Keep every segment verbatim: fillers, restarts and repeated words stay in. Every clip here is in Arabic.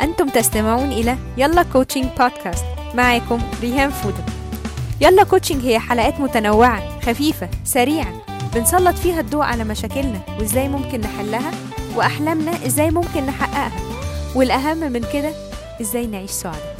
أنتم تستمعون إلى يلا كوتشنج بودكاست. معكم ريهام فودة. يلا كوتشنج هي حلقات متنوعة خفيفة سريعة بنسلط فيها الضوء على مشاكلنا وإزاي ممكن نحلها، وأحلامنا إزاي ممكن نحققها، والأهم من كده إزاي نعيش سعادة.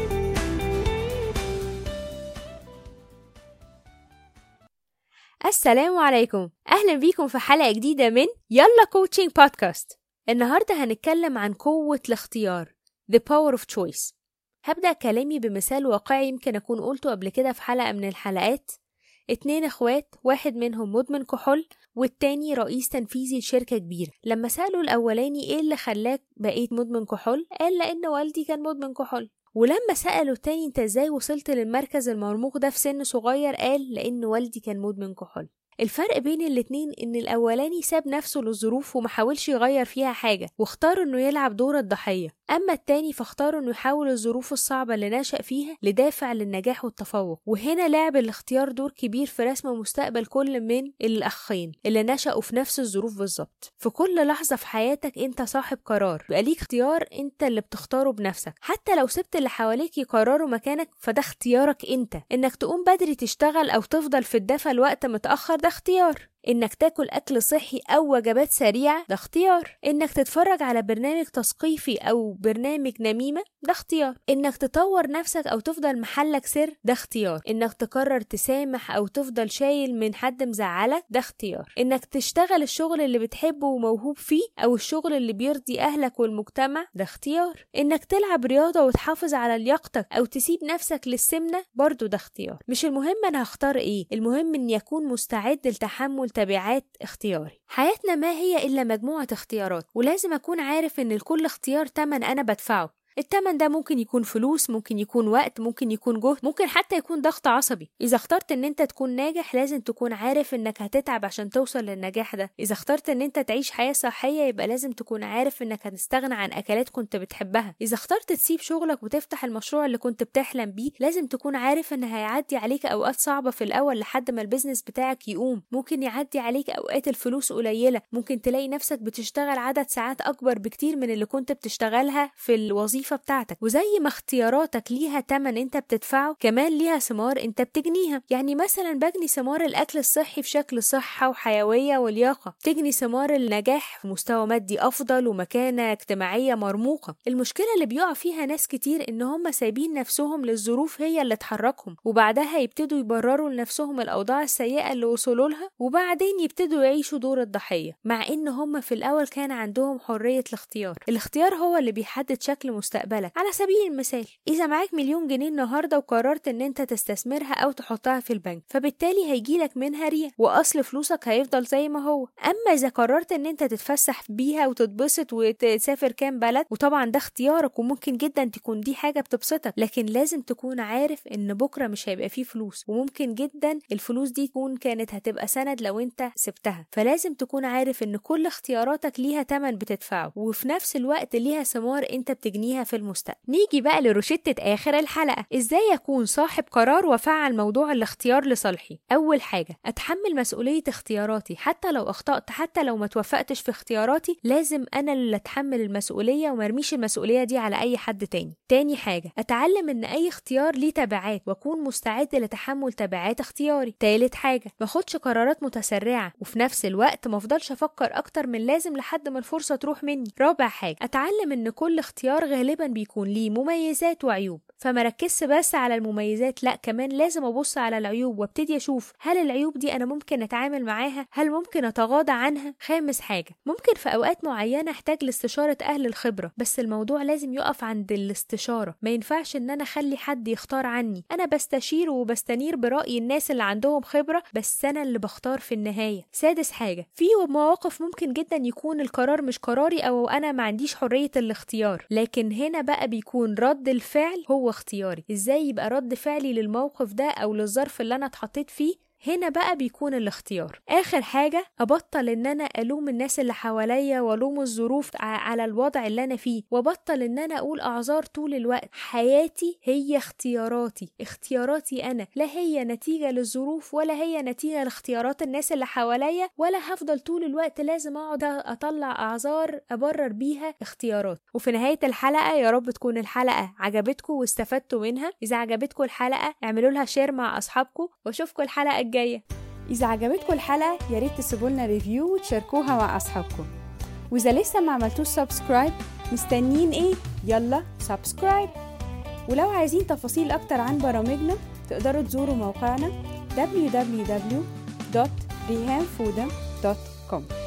السلام عليكم، أهلا بيكم في حلقة جديدة من يلا كوتشنج بودكاست. النهاردة هنتكلم عن قوة الاختيار The Power of Choice. هبدأ كلامي بمثال واقعي يمكن أكون قلته قبل كده في حلقة من الحلقات. اتنين اخوات، واحد منهم مدمن كحول والتاني رئيس تنفيذي لشركة كبيرة. لما سألوا الأولاني ايه اللي خلاك بقيت مدمن كحول، قال لأن والدي كان مدمن كحول. ولما سألوا التاني انت ازاي وصلت للمركز المرموق ده في سن صغير، قال لأن والدي كان مدمن كحول. الفرق بين الاتنين ان الاولاني ساب نفسه للظروف ومحاولش يغير فيها حاجة واختار انه يلعب دور الضحية، اما التاني فاختار انه يحول الظروف الصعبة اللي نشأ فيها لدافع للنجاح والتفوق. وهنا لعب الاختيار دور كبير في رسم مستقبل كل من الاخين اللي نشأوا في نفس الظروف بالظبط. في كل لحظة في حياتك انت صاحب قرار، بقى ليك اختيار انت اللي بتختاره بنفسك. حتى لو سبت اللي حواليك يقرروا مكانك فده اختيارك انت. انك تقوم بدري تشتغل او تفضل في الدفا الوقت متأخر ده اختيار. انك تاكل اكل صحي او وجبات سريعة ده اختيار. انك تتفرج على برنامج تثقيفي او برنامج نميمة ده اختيار. انك تطور نفسك او تفضل محلك سر ده اختيار. انك تقرر تسامح او تفضل شايل من حد مزعلك ده اختيار. انك تشتغل الشغل اللي بتحبه وموهوب فيه او الشغل اللي بيرضي اهلك والمجتمع ده اختيار. انك تلعب رياضة وتحافظ على لياقتك او تسيب نفسك للسمنة برضو ده اختيار. مش المهم انا هختار ايه، المهم ان يكون مستعد لتحمل تبعات اختياري. حياتنا ما هي إلا مجموعة اختيارات، ولازم أكون عارف إن لكل اختيار تمن أنا بدفعه. التمن ده ممكن يكون فلوس، ممكن يكون وقت، ممكن يكون جهد، ممكن حتى يكون ضغط عصبي. إذا اخترت إن أنت تكون ناجح لازم تكون عارف إنك هتتعب عشان توصل للنجاح ده. إذا اخترت إن أنت تعيش حياة صحية يبقى لازم تكون عارف إنك هتستغنى عن أكلات كنت بتحبها. إذا اخترت تسيب شغلك وتفتح المشروع اللي كنت بتحلم بيه لازم تكون عارف إن هيعدي عليك أوقات صعبة في الأول لحد ما البيزنس بتاعك يقوم. ممكن يعدي عليك أوقات الفلوس قليلة، ممكن تلاقي نفسك بتشتغل عدد ساعات أكبر بكتير من اللي كنت بتشتغلها في الوظيفة بتاعتك. وزي ما اختياراتك ليها تمن انت بتدفعه كمان ليها ثمار انت بتجنيها. يعني مثلا بجني ثمار الاكل الصحي في شكل صحة وحيوية ولياقة، تجني ثمار النجاح في مستوى مادي افضل ومكانة اجتماعية مرموقة. المشكلة اللي بيقع فيها ناس كتير ان هم سايبين نفسهم للظروف هي اللي تحركهم، وبعدها يبتدوا يبرروا لنفسهم الاوضاع السيئة اللي وصلوا لها، وبعدين يبتدوا يعيشوا دور الضحية مع ان هم في الاول كان عندهم حرية الاختيار. الاختيار هو اللي بيحدد شكل مستقبلك. على سبيل المثال إذا معاك مليون جنيه النهاردة وقررت إن أنت تستثمرها أو تحطها في البنك، فبالتالي هيجيلك منها ريع وأصل فلوسك هيفضل زي ما هو. أما إذا قررت إن أنت تتفسح بيها وتتبسط وتسافر كام بلد، وطبعا ده اختيارك وممكن جدا تكون دي حاجة بتبسطك، لكن لازم تكون عارف إن بكرة مش هيبقى فيه فلوس، وممكن جدا الفلوس دي تكون كانت هتبقى سند لو أنت سبتها. فلازم تكون عارف إن كل اختياراتك ليها تمن بتدفعه، وفي نفس الوقت ليها ثمار أنت بتجنيها في المستقبل. نيجي بقى لروشتة آخر الحلقة، إزاي أكون صاحب قرار وفعل موضوع الاختيار لصالحي. أول حاجة أتحمل مسؤولية اختياراتي، حتى لو أخطأت، حتى لو ما توفقتش في اختياراتي لازم أنا اللي أتحمل المسؤولية ومرميش المسؤولية دي على أي حد تاني. تاني حاجة أتعلم إن أي اختيار ليه تبعات وأكون مستعد لتحمل تبعات اختياري. تالت حاجة ماخدش قرارات متسرعة وفي نفس الوقت مفضلش أفكر أكتر من لازم لحد ما الفرصة تروح مني. رابع حاجة أتعلم إن كل اختيار غالبا بيكون ليه مميزات وعيوب، فما ركزش بس على المميزات، لا كمان لازم ابص على العيوب وابتدي اشوف هل العيوب دي انا ممكن اتعامل معاها، هل ممكن اتغاضى عنها. خامس حاجة ممكن في اوقات معينة احتاج لاستشارة اهل الخبرة، بس الموضوع لازم يقف عند الاستشارة. ما ينفعش ان انا اخلي حد يختار عني، انا بستشير وبستنير برأي الناس اللي عندهم خبرة بس انا اللي بختار في النهاية. سادس حاجة في مواقف ممكن جدا يكون القرار مش قراري او انا ما عنديش حرية الاختيار، لكن هنا بقى بيكون رد الفعل هو اختياري. ازاي يبقى رد فعلي للموقف ده او للظرف اللي انا اتحطيت فيه هنا بقى بيكون الاختيار. آخر حاجة، أبطل إن أنا ألوم الناس اللي حواليا وألوم الظروف على الوضع اللي أنا فيه، وأبطل إن أنا أقول أعذار طول الوقت. حياتي هي اختياراتي، اختياراتي أنا، لا هي نتيجة للظروف ولا هي نتيجة لاختيارات الناس اللي حواليا، ولا هفضل طول الوقت لازم أقعد أطلع أعذار أبرر بيها اختيارات. وفي نهاية الحلقة يا رب تكون الحلقة عجبتكم واستفدتوا منها. إذا عجبتكم الحلقة اعملوا لها شير مع أصحابكم، وأشوفكم الحلقة الجاية. إذا عجبتكم الحلقة يا ريت تسيبوا لنا ريفيو وتشاركوها مع أصحابكم. وإذا لسه ما عملتوش سبسكرايب مستنيين إيه؟ يلا سبسكرايب. ولو عايزين تفاصيل أكتر عن برامجنا تقدروا تزوروا موقعنا دبليو دبليو دبليو دوت ريهام فودم دوت كوم.